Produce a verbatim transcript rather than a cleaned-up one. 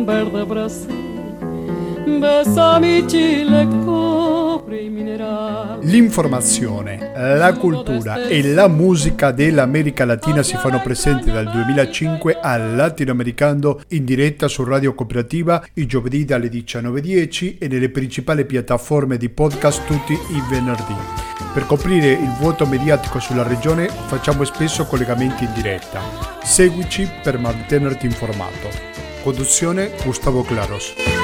un verde Brasil. Besami Cile, copre i minerali. L'informazione, la cultura e la musica dell'America Latina si fanno presenti dal duemilacinque al Latinoamericano in diretta su Radio Cooperativa i giovedì dalle diciannove e dieci e nelle principali piattaforme di podcast tutti i venerdì. Per coprire il vuoto mediatico sulla regione facciamo spesso collegamenti in diretta. Seguici per mantenerti informato. Conduzione Gustavo Claros.